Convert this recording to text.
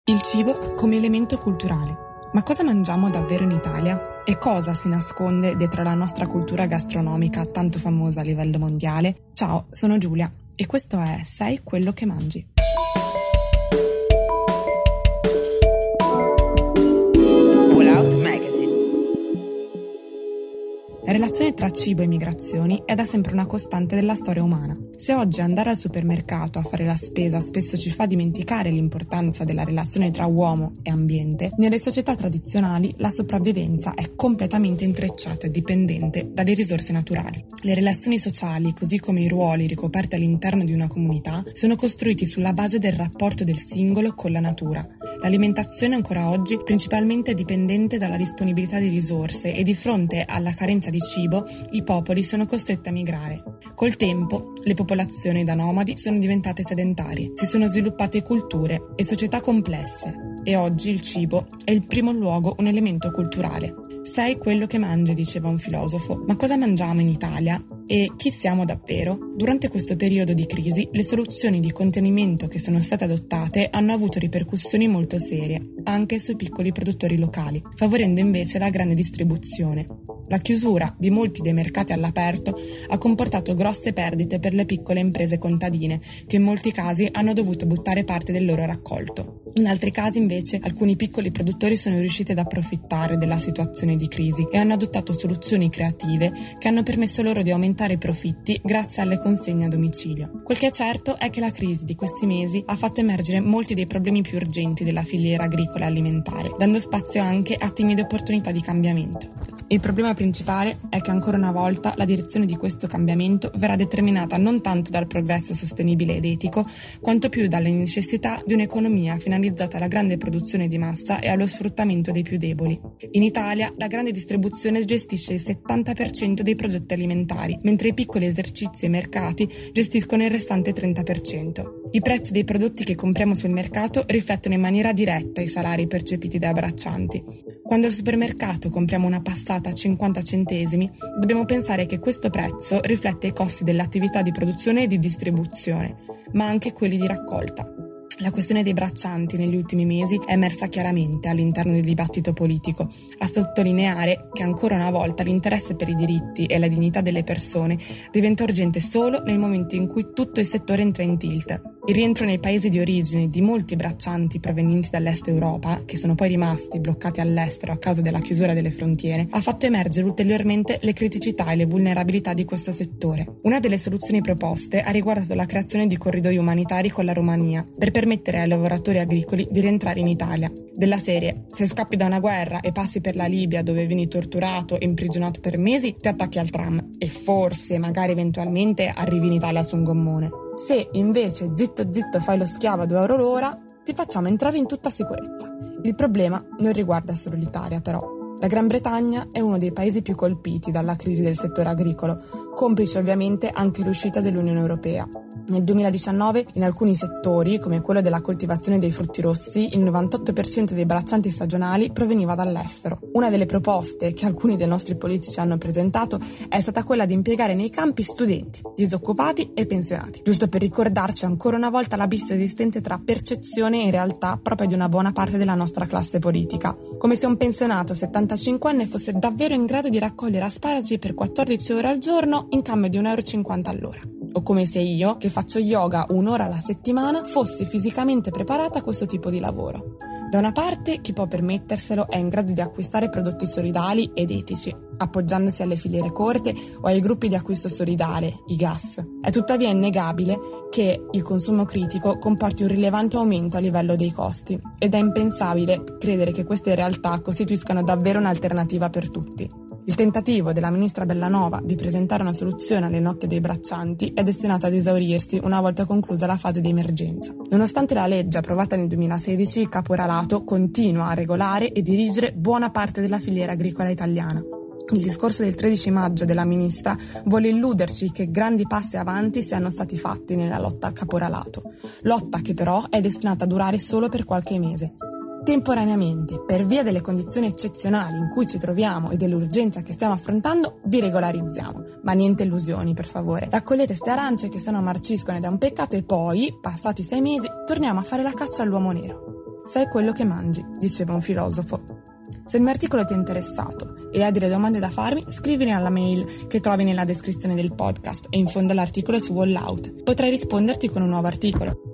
Il cibo come elemento culturale. Ma cosa mangiamo davvero in Italia? E cosa si nasconde dietro la nostra cultura gastronomica tanto famosa a livello mondiale? Ciao, sono Giulia e questo è Sei quello che mangi. La relazione tra cibo e migrazioni è da sempre una costante della storia umana. Se oggi andare al supermercato a fare la spesa spesso ci fa dimenticare l'importanza della relazione tra uomo e ambiente, nelle società tradizionali la sopravvivenza è completamente intrecciata e dipendente dalle risorse naturali. Le relazioni sociali, così come i ruoli ricoperti all'interno di una comunità, sono costruiti sulla base del rapporto del singolo con la natura. L'alimentazione ancora oggi principalmente è dipendente dalla disponibilità di risorse e di fronte alla carenza di cibo i popoli sono costretti a migrare. Col tempo le popolazioni da nomadi sono diventate sedentarie, si sono sviluppate culture e società complesse e oggi il cibo è in primo luogo un elemento culturale. Sei quello che mangi, diceva un filosofo. Ma cosa mangiamo in Italia? E chi siamo davvero? Durante questo periodo di crisi, le soluzioni di contenimento che sono state adottate hanno avuto ripercussioni molto serie, anche sui piccoli produttori locali, favorendo invece la grande distribuzione. La chiusura di molti dei mercati all'aperto ha comportato grosse perdite per le piccole imprese contadine, che in molti casi hanno dovuto buttare parte del loro raccolto. In altri casi, invece, alcuni piccoli produttori sono riusciti ad approfittare della situazione di crisi e hanno adottato soluzioni creative che hanno permesso loro di aumentare i profitti grazie alle consegne a domicilio. Quel che è certo è che la crisi di questi mesi ha fatto emergere molti dei problemi più urgenti della filiera agricola e alimentare, dando spazio anche a timide opportunità di cambiamento. Il problema principale è che ancora una volta la direzione di questo cambiamento verrà determinata non tanto dal progresso sostenibile ed etico, quanto più dalle necessità di un'economia finalizzata alla grande produzione di massa e allo sfruttamento dei più deboli. In Italia la grande distribuzione gestisce il 70% dei prodotti alimentari, mentre i piccoli esercizi e mercati gestiscono il restante 30%. I prezzi dei prodotti che compriamo sul mercato riflettono in maniera diretta i salari percepiti dai braccianti. Quando al supermercato compriamo una passata a 50 centesimi, dobbiamo pensare che questo prezzo riflette i costi dell'attività di produzione e di distribuzione, ma anche quelli di raccolta. La questione dei braccianti negli ultimi mesi è emersa chiaramente all'interno del dibattito politico, a sottolineare che ancora una volta l'interesse per i diritti e la dignità delle persone diventa urgente solo nel momento in cui tutto il settore entra in tilt. Il rientro nei paesi di origine di molti braccianti provenienti dall'est Europa, che sono poi rimasti bloccati all'estero a causa della chiusura delle frontiere, ha fatto emergere ulteriormente le criticità e le vulnerabilità di questo settore. Una delle soluzioni proposte ha riguardato la creazione di corridoi umanitari con la Romania, per permettere ai lavoratori agricoli di rientrare in Italia. Della serie, se scappi da una guerra e passi per la Libia dove vieni torturato e imprigionato per mesi, ti attacchi al tram e forse, magari eventualmente, arrivi in Italia su un gommone. Se invece zitto fai lo schiavo a 2 euro l'ora, ti facciamo entrare in tutta sicurezza. Il problema non riguarda solo l'Italia, però. La Gran Bretagna è uno dei paesi più colpiti dalla crisi del settore agricolo, complice ovviamente anche l'uscita dell'Unione Europea. Nel 2019, in alcuni settori, come quello della coltivazione dei frutti rossi, il 98% dei braccianti stagionali proveniva dall'estero. Una delle proposte che alcuni dei nostri politici hanno presentato è stata quella di impiegare nei campi studenti, disoccupati e pensionati, giusto per ricordarci ancora una volta l'abisso esistente tra percezione e realtà proprio di una buona parte della nostra classe politica. Come se un pensionato 75enne fosse davvero in grado di raccogliere asparagi per 14 ore al giorno in cambio di 1,50 euro all'ora. O come se io, che faccio yoga 1 ora alla settimana, fossi fisicamente preparata a questo tipo di lavoro. Da una parte, chi può permetterselo è in grado di acquistare prodotti solidali ed etici, appoggiandosi alle filiere corte o ai gruppi di acquisto solidale, i GAS. È tuttavia innegabile che il consumo critico comporti un rilevante aumento a livello dei costi ed è impensabile credere che queste realtà costituiscano davvero un'alternativa per tutti. Il tentativo della ministra Bellanova di presentare una soluzione alle notte dei braccianti è destinato ad esaurirsi una volta conclusa la fase di emergenza. Nonostante la legge approvata nel 2016, il caporalato continua a regolare e dirigere buona parte della filiera agricola italiana. Il discorso del 13 maggio della ministra vuole illuderci che grandi passi avanti siano stati fatti nella lotta al caporalato, lotta che però è destinata a durare solo per qualche mese. Temporaneamente, per via delle condizioni eccezionali in cui ci troviamo e dell'urgenza che stiamo affrontando, vi regolarizziamo. Ma niente illusioni, per favore. Raccogliete ste arance che sennò marciscono ed è un peccato e poi, passati 6 mesi, torniamo a fare la caccia all'uomo nero. Sei quello che mangi, diceva un filosofo. Se il mio articolo ti è interessato e hai delle domande da farmi, scrivili alla mail che trovi nella descrizione del podcast e in fondo all'articolo su Wallout. Potrai risponderti con un nuovo articolo.